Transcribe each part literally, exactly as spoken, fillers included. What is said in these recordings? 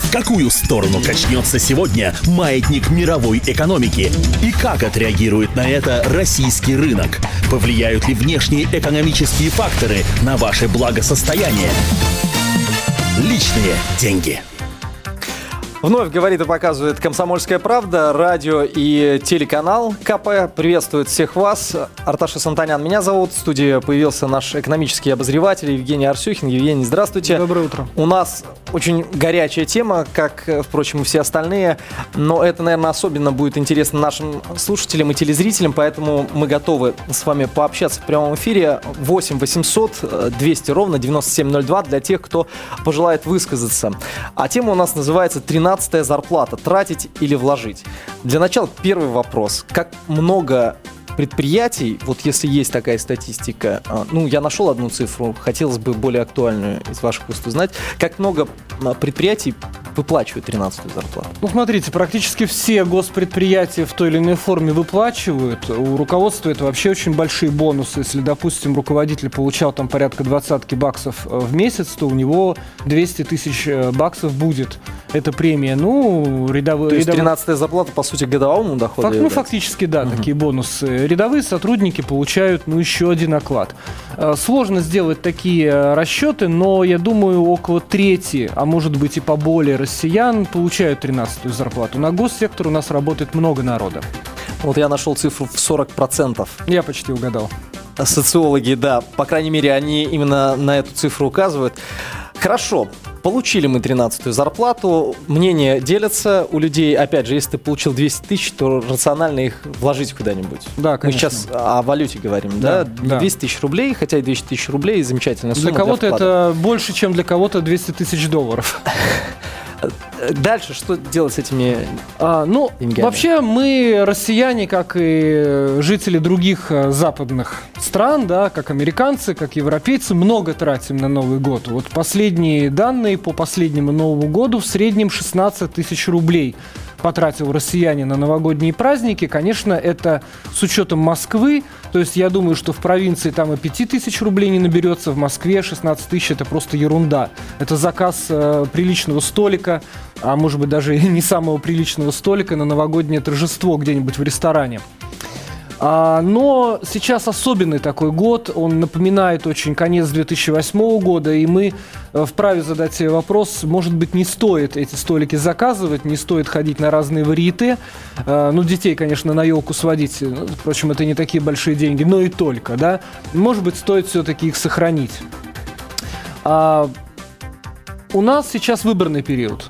В какую сторону качнется сегодня маятник мировой экономики? И как отреагирует на это российский рынок? Повлияют ли внешние экономические факторы на ваше благосостояние? Личные деньги. Вновь говорит и показывает «Комсомольская правда», радио и телеканал КП. Приветствует всех вас. Арташ Асантанян меня зовут. В студии появился наш экономический обозреватель Евгений Арсюхин. Евгений, здравствуйте. Доброе утро. У нас очень горячая тема, как, впрочем, и все остальные. Но это, наверное, особенно будет интересно нашим слушателям и телезрителям. Поэтому мы готовы с вами пообщаться в прямом эфире. восемь восемьсот двести ровно девяносто семь ноль два для тех, кто пожелает высказаться. А тема у нас называется «тринадцатая зарплата. Тратить или вложить?». Для начала первый вопрос. Как много предприятий, вот если есть такая статистика, ну, я нашел одну цифру, хотелось бы более актуальную из ваших уст узнать, как много предприятий выплачивают тринадцатую зарплату? Ну, смотрите, практически все госпредприятия в той или иной форме выплачивают. У руководства это вообще очень большие бонусы. Если, допустим, руководитель получал там порядка двадцатки баксов в месяц, то у него двести тысяч баксов будет. Это премия. Ну, рядовые... То есть рядовые... тринадцатая зарплата, по сути, к годовому доходу? Фак... Ну, фактически, да, угу. Такие бонусы. Рядовые сотрудники получают, ну, еще один оклад. Сложно сделать такие расчеты, но, я думаю, около трети, а может быть и поболее россиян получают тринадцатую зарплату. На госсектор у нас работает много народа. Вот я нашел цифру в сорок процентов. Я почти угадал. Социологи, да, по крайней мере, они именно на эту цифру указывают. Хорошо, получили мы тринадцатую зарплату, мнения делятся у людей. Опять же, если ты получил двести тысяч, то рационально их вложить куда-нибудь. Да, конечно. Мы сейчас о валюте говорим, да? да? двести тысяч рублей, хотя и двести тысяч рублей замечательная сумма. Для кого-то для это больше, чем для кого-то двести тысяч долларов. Дальше что делать с этими а, ну, деньгами? Вообще мы, россияне, как и жители других западных стран, да, как американцы, как европейцы, много тратим на Новый год. Вот последние данные по последнему Новому году в среднем шестнадцать тысяч рублей потратил россияне на новогодние праздники. Конечно, это с учетом Москвы. То есть я думаю, что в провинции там и пять тысяч рублей не наберется. В Москве шестнадцать тысяч – это просто ерунда. Это заказ э, приличного столика, а может быть даже не самого приличного столика на новогоднее торжество где-нибудь в ресторане. А, но сейчас особенный такой год, он напоминает очень конец две тысячи восьмого года, и мы вправе задать себе вопрос, может быть, не стоит эти столики заказывать, не стоит ходить на разные варьете, а, ну, детей, конечно, на елку сводить, впрочем, это не такие большие деньги, но и только, да, может быть, стоит все-таки их сохранить. А, у нас сейчас выборный период.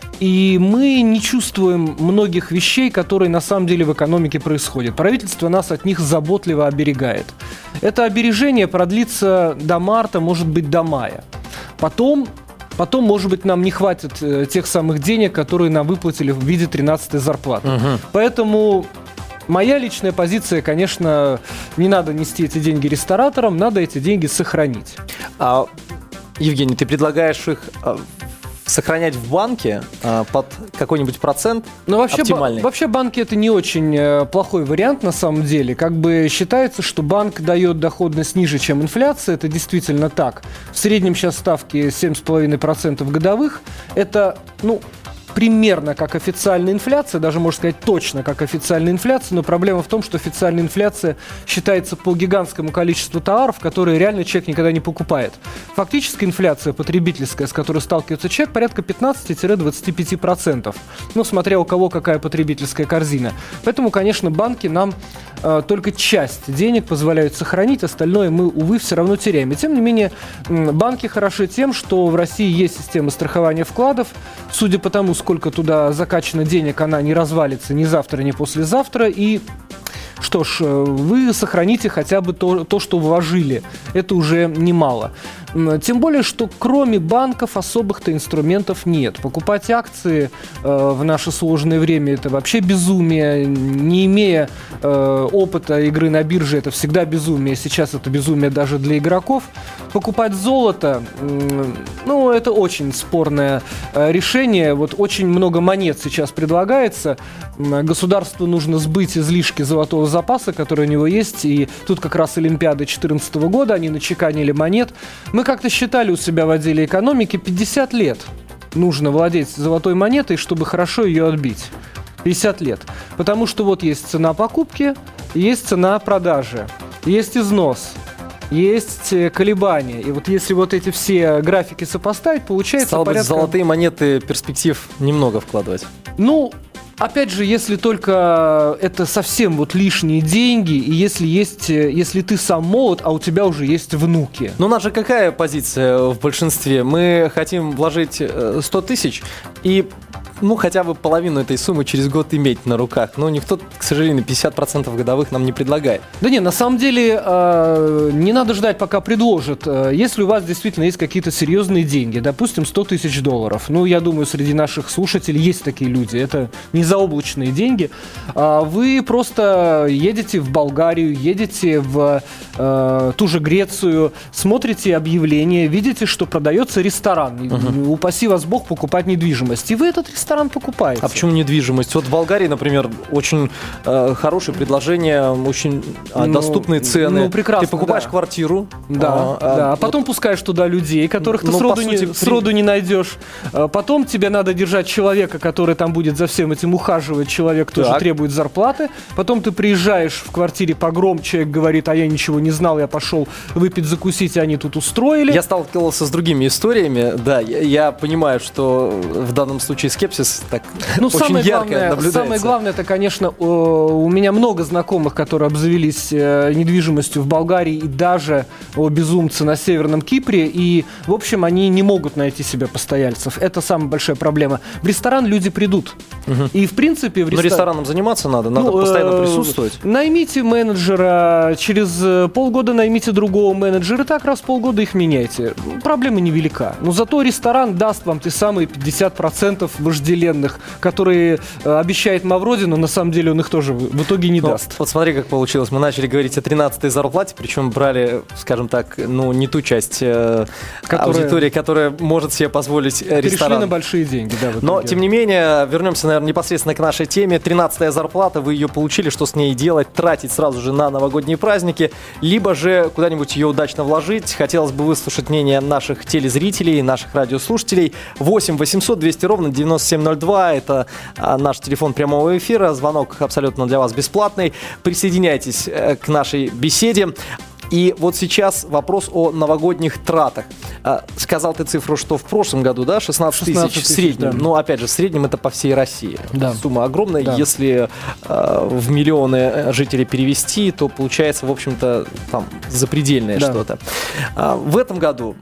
И мы не чувствуем многих вещей, которые на самом деле в экономике происходят. Правительство нас от них заботливо оберегает. Это обережение продлится до марта, может быть, до мая. Потом, потом может быть, нам не хватит э, тех самых денег, которые нам выплатили в виде тринадцатой зарплаты. Угу. Поэтому моя личная позиция, конечно, не надо нести эти деньги рестораторам, надо эти деньги сохранить. А, Евгений, ты предлагаешь их сохранять в банке а, под какой-нибудь процент Но вообще, оптимальный? Ба- вообще банки это не очень э, плохой вариант на самом деле. Как бы считается, что банк дает доходность ниже, чем инфляция. Это действительно так. В среднем сейчас ставки семь целых пять десятых процента годовых. Это, ну, примерно как официальная инфляция, даже можно сказать точно как официальная инфляция, но проблема в том, что официальная инфляция считается по гигантскому количеству товаров, которые реально человек никогда не покупает. Фактическая инфляция потребительская, с которой сталкивается человек, порядка пятнадцать-двадцать пять процентов. Ну, смотря у кого какая потребительская корзина. Поэтому, конечно, банки нам э, только часть денег позволяют сохранить, остальное мы, увы, все равно теряем. И тем не менее, банки хороши тем, что в России есть система страхования вкладов. Судя по тому, сколько туда закачано денег, она не развалится ни завтра, ни послезавтра. И что ж, вы сохраните хотя бы то, то, что вложили. Это уже немало. Тем более, что кроме банков особых-то инструментов нет. Покупать акции э, в наше сложное время – это вообще безумие. Не имея э, опыта игры на бирже – это всегда безумие. Сейчас это безумие даже для игроков. Покупать золото э, – ну, это очень спорное э, решение. Вот очень много монет сейчас предлагается. Государству нужно сбыть излишки золотого запаса, который у него есть. И тут как раз Олимпиада две тысячи четырнадцатого года, они начеканили монет. Мы как-то считали у себя в отделе экономики пятьдесят лет. нужно владеть золотой монетой, чтобы хорошо ее отбить? пятьдесят лет. Потому что вот есть цена покупки, есть цена продажи, есть износ, есть колебания. И вот если вот эти все графики сопоставить, получается Стало порядка... быть, золотые монеты перспектив немного вкладывать. Ну, опять же, если только это совсем вот лишние деньги, и если есть, если ты сам молод, а у тебя уже есть внуки. Ну, у нас же какая позиция в большинстве? Мы хотим вложить сто тысяч и, ну, хотя бы половину этой суммы через год иметь на руках. Но никто, к сожалению, пятьдесят процентов годовых нам не предлагает. Да не, на самом деле э, не надо ждать, пока предложат. Если у вас действительно есть какие-то серьезные деньги, допустим, сто тысяч долларов, ну, я думаю, среди наших слушателей есть такие люди, это не заоблачные деньги, а вы просто едете в Болгарию, едете в э, ту же Грецию, смотрите объявление, видите, что продается ресторан. Uh-huh. Упаси вас Бог покупать недвижимость. И вы этот ресторан покупаете. А почему недвижимость? Вот в Болгарии, например, очень э, хорошие предложения, очень э, ну, доступные цены. Ну, прекрасно, ты покупаешь да. квартиру. Да, а, да. А вот. потом пускаешь туда людей, которых ты ну, сроду, сути, не, при... сроду не найдешь. Потом тебе надо держать человека, который там будет за всем этим ухаживать. Человек тоже так. требует зарплаты. Потом ты приезжаешь в квартире погром, человек говорит, а я ничего не знал, я пошел выпить, закусить, и они тут устроили. Я сталкивался с другими историями. Да, я, я понимаю, что в данном случае скепсис так ну, очень самое ярко главное, наблюдается. Самое главное, это, конечно, у меня много знакомых, которые обзавелись недвижимостью в Болгарии и даже о безумцы на Северном Кипре. И, в общем, они не могут найти себе постояльцев. Это самая большая проблема. В ресторан люди придут. Угу. И, в принципе, в ресторан... Но рестораном заниматься надо, надо ну, постоянно э- присутствовать. Наймите менеджера, через полгода наймите другого менеджера, и так раз в полгода их меняйте. Проблема невелика. Но зато ресторан даст вам те самые пятьдесят процентов вожделенных, которые э, обещает Мавроди, но на самом деле он их тоже в, в итоге не ну, даст. Вот смотри, как получилось. Мы начали говорить о тринадцатой зарплате, причем брали, скажем так, ну, не ту часть э, которая... аудитории, которая может себе позволить ресторан. Перешли на большие деньги, да. Но, тем не менее, вернемся, наверное, непосредственно к нашей теме. тринадцатая зарплата, вы ее получили, что с ней делать? Тратить сразу же на новогодние праздники, либо же куда-нибудь ее удачно вложить. Хотелось бы выслушать мнение наших телезрителей, наших радиослушателей. восемь восемьсот двести ровно девяносто семь ноль два. Это а, наш телефон прямого эфира. Звонок абсолютно для вас бесплатный. Присоединяйтесь э, к нашей беседе. И вот сейчас вопрос о новогодних тратах. А, сказал ты цифру, что в прошлом году, да, шестнадцать тысяч в среднем. Да. Но, опять же, в среднем это по всей России. Да. Сумма огромная. Да. Если а, в миллионы жителей перевести, то получается, в общем-то, там запредельное да. что-то. А, в этом году,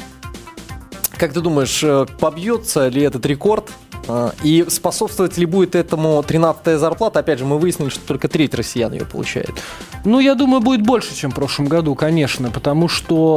как ты думаешь, побьется ли этот рекорд? И способствовать ли будет этому тринадцатая зарплата? Опять же, мы выяснили, что только треть россиян ее получает. Ну, я думаю, будет больше, чем в прошлом году, конечно, потому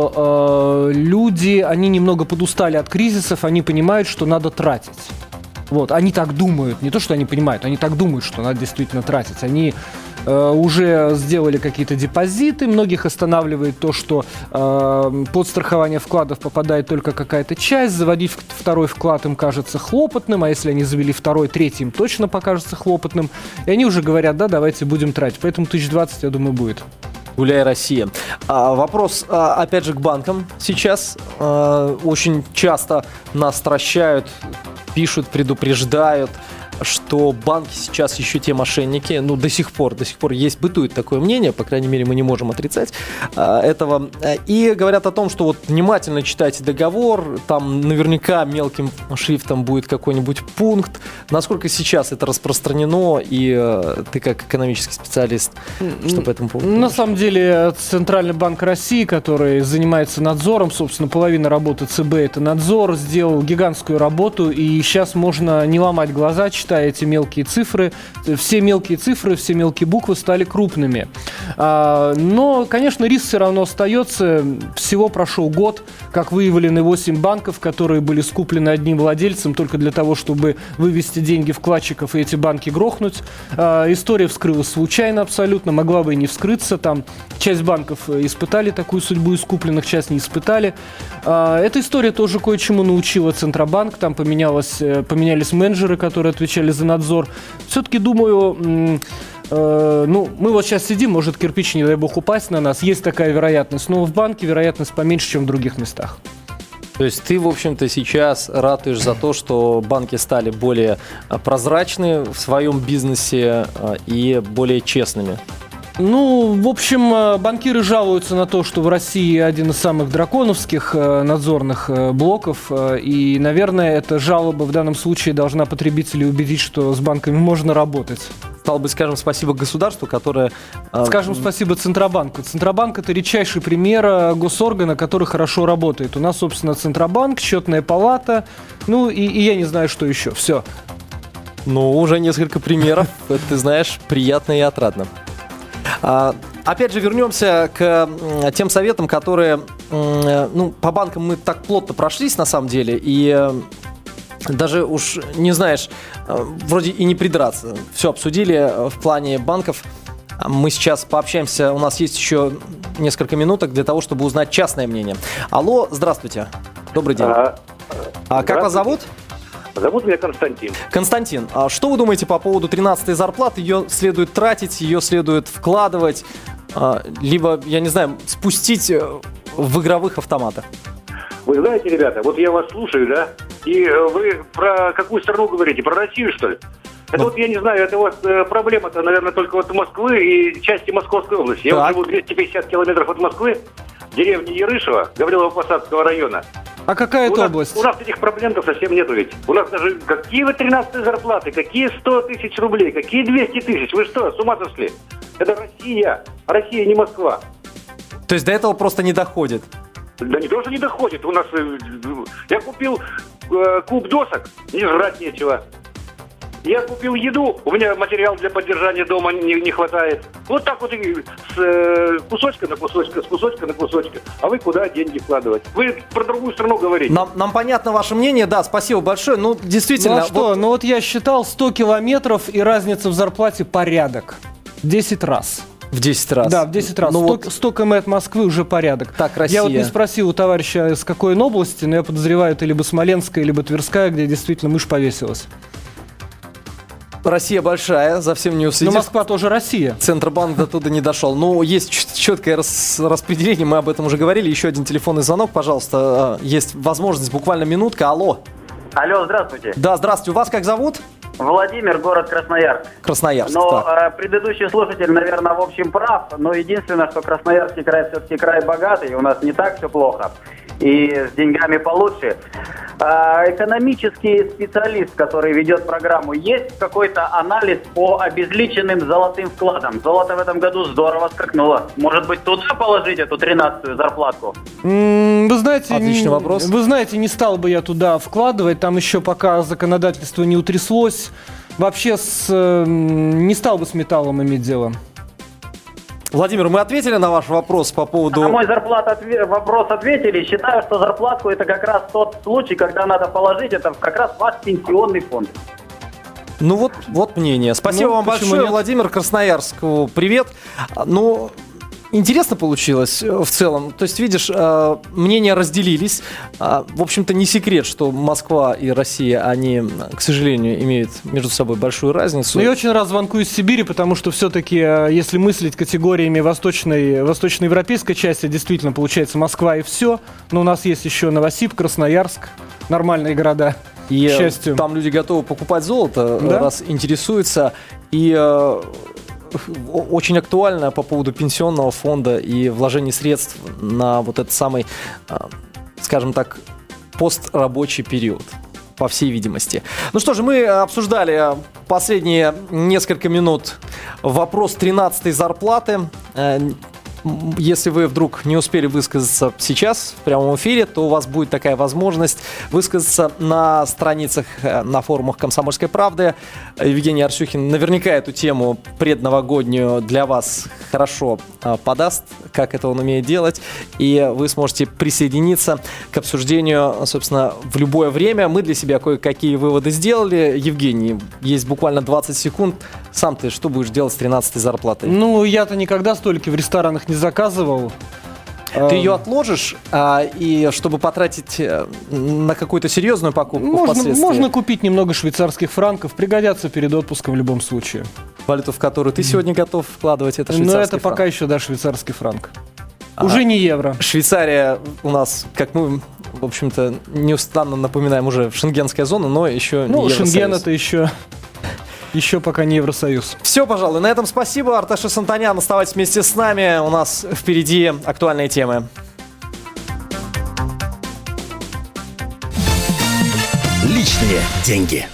что э, люди, они немного подустали от кризисов, они понимают, что надо тратить. Вот, они так думают, не то, что они понимают, они так думают, что надо действительно тратить. Они э, уже сделали какие-то депозиты, многих останавливает то, что э, под страхование вкладов попадает только какая-то часть, заводить второй вклад им кажется хлопотным, а если они завели второй, третий им точно покажется хлопотным, и они уже говорят, да, давайте будем тратить, поэтому тысяч двадцать, я думаю, будет. Гуляй, Россия. А, вопрос, а, опять же, к банкам сейчас. А, очень часто нас стращают, пишут, предупреждают, что банки сейчас еще те мошенники, ну, до сих пор, до сих пор есть, бытует такое мнение, по крайней мере, мы не можем отрицать а, этого, и говорят о том, что вот внимательно читайте договор, там наверняка мелким шрифтом будет какой-нибудь пункт, насколько сейчас это распространено, и а, ты как экономический специалист, что по этому поводу? На самом деле, Центральный банк России, который занимается надзором, собственно, половина работы ЦБ — это надзор, сделал гигантскую работу, и сейчас можно не ломать глаза, читать эти мелкие цифры, все мелкие цифры, все мелкие буквы стали крупными. А, но, конечно, риск все равно остается. Всего прошел год, как выявлены восемь банков, которые были скуплены одним владельцем только для того, чтобы вывести деньги вкладчиков и эти банки грохнуть. А, история вскрылась случайно абсолютно, могла бы и не вскрыться. Там часть банков испытали такую судьбу искупленных, часть не испытали. А, эта история тоже кое-чему научила Центробанк. Там поменялось, поменялись менеджеры, которые отвечали за надзор. Все-таки, думаю, э, ну, мы вот сейчас сидим, может кирпич, не дай бог, упасть на нас. Есть такая вероятность. Но в банке вероятность поменьше, чем в других местах. То есть ты, в общем-то, сейчас ратуешь за то, что банки стали более прозрачны в своем бизнесе и более честными? Ну, в общем, банкиры жалуются на то, что в России один из самых драконовских надзорных блоков, и, наверное, эта жалоба в данном случае должна потребителей убедить, что с банками можно работать. Стало быть, скажем спасибо государству, которое... Скажем спасибо Центробанку. Центробанк – это редчайший пример госоргана, который хорошо работает. У нас, собственно, Центробанк, счетная палата, ну и, и я не знаю, что еще. Все. Ну, уже несколько примеров. Это, ты знаешь, приятно и отрадно. А, опять же, вернемся к тем советам, которые, ну, по банкам мы так плотно прошлись, на самом деле, и даже уж не знаешь, вроде и не придраться. Все обсудили в плане банков. Мы сейчас пообщаемся, у нас есть еще несколько минуток для того, чтобы узнать частное мнение. Алло, здравствуйте. Добрый день. А, а как вас зовут? Зовут меня Константин. Константин, а что вы думаете по поводу тринадцатой зарплаты? Ее следует тратить, ее следует вкладывать, либо, я не знаю, спустить в игровых автоматах? Вы знаете, ребята, вот я вас слушаю, да, и вы про какую страну говорите? Про Россию, что ли? Это вот, вот я не знаю, это вот э, проблема-то, наверное, только вот Москвы и части Московской области. Я вот живу двести пятьдесят километров от Москвы, деревня Ярышево, Гаврилово-Посадского района. А какая это у нас, область? У нас этих проблем-то совсем нету ведь. У нас даже какие вы тринадцатые зарплаты, какие сто тысяч рублей, какие двести тысяч? Вы что, с ума сошли? Это Россия. Россия, не Москва. То есть до этого просто не доходит? Да не то, что не доходит. У нас... Я купил э, куб досок, не жрать нечего. Я купил еду, у меня материал для поддержания дома не, не хватает. Вот так вот и с э, кусочка на кусочка, с кусочка на кусочка. А вы куда деньги вкладывать? Вы про другую страну говорите. Нам, нам понятно ваше мнение, да, спасибо большое. Ну, действительно... Ну, а что? Вот... Ну, вот я считал сто километров и разница в зарплате порядок. десять раз. В десять раз? Да, в десять раз. Ну, сто, вот... сто километров от Москвы уже порядок. Так, Россия. Я вот не спросил у товарища, с какой он области, но я подозреваю, это либо Смоленская, либо Тверская, где действительно мышь повесилась. Россия большая, за всем не уследишь. Но Москва тоже Россия. Центробанк до туда не дошел. Ну, есть четкое рас- распределение, мы об этом уже говорили. Еще один телефонный звонок, пожалуйста. Есть возможность, буквально минутка. Алло. Алло, здравствуйте. Да, здравствуйте. Вас как зовут? Владимир, город Красноярск. Красноярск, Но э, предыдущий слушатель, наверное, в общем прав. Но единственное, что Красноярский край все-таки край богатый. У нас не так все плохо. И с деньгами получше. А, экономический специалист, который ведет программу, есть какой-то анализ по обезличенным золотым вкладам? Золото в этом году здорово скакнуло. Может быть, туда положить эту тринадцатую зарплатку? М-м, вы знаете, Отличный не, вопрос. Вы знаете, не стал бы я туда вкладывать. Там еще пока законодательство не утряслось. Вообще с, э, не стал бы с металлом иметь дело. Владимир, мы ответили на ваш вопрос по поводу... На мой зарплат отве- вопрос ответили. Считаю, что зарплатку это как раз тот случай, когда надо положить это как раз в ваш пенсионный фонд. Ну вот, вот мнение. Спасибо ну, вам большое, нет? Владимир, Красноярску. Привет. Ну... Интересно получилось в целом. То есть, видишь, мнения разделились. В общем-то, не секрет, что Москва и Россия, они, к сожалению, имеют между собой большую разницу. Ну, я очень рад звонку из Сибири, потому что все-таки, если мыслить категориями восточной, восточноевропейской части, действительно, получается Москва и все. Но у нас есть еще Новосиб, Красноярск, нормальные города, и к счастью. Там люди готовы покупать золото, да? раз интересуются. И... очень актуально по поводу пенсионного фонда и вложения средств на вот этот самый, скажем так, пострабочий период, по всей видимости. Ну что же, мы обсуждали последние несколько минут вопрос тринадцатой зарплаты. Если вы вдруг не успели высказаться сейчас в прямом эфире, то у вас будет такая возможность высказаться на страницах, на форумах «Комсомольской правды». Евгений Арсюхин наверняка эту тему предновогоднюю для вас хорошо подаст, как это он умеет делать, и вы сможете присоединиться к обсуждению, собственно, в любое время. Мы для себя кое-какие выводы сделали. Евгений, есть буквально двадцать секунд. Сам ты что будешь делать с тринадцатой зарплатой? Ну, я-то никогда столько в ресторанах не заказывал. Ты ее отложишь, а, и чтобы потратить на какую-то серьезную покупку можно, впоследствии? Можно купить немного швейцарских франков, пригодятся перед отпуском в любом случае. Валюту, в которую ты сегодня готов вкладывать, это швейцарский Но это франк. пока еще, да, швейцарский франк. Уже а, не евро. Швейцария у нас, как мы, в общем-то, неустанно напоминаем, уже в шенгенская зона, но еще ну, не Евросоюз. Шенген это еще... Еще пока не Евросоюз. Все, пожалуй. На этом спасибо. Арташ Асантанян, оставайтесь вместе с нами. У нас впереди актуальные темы. Личные деньги.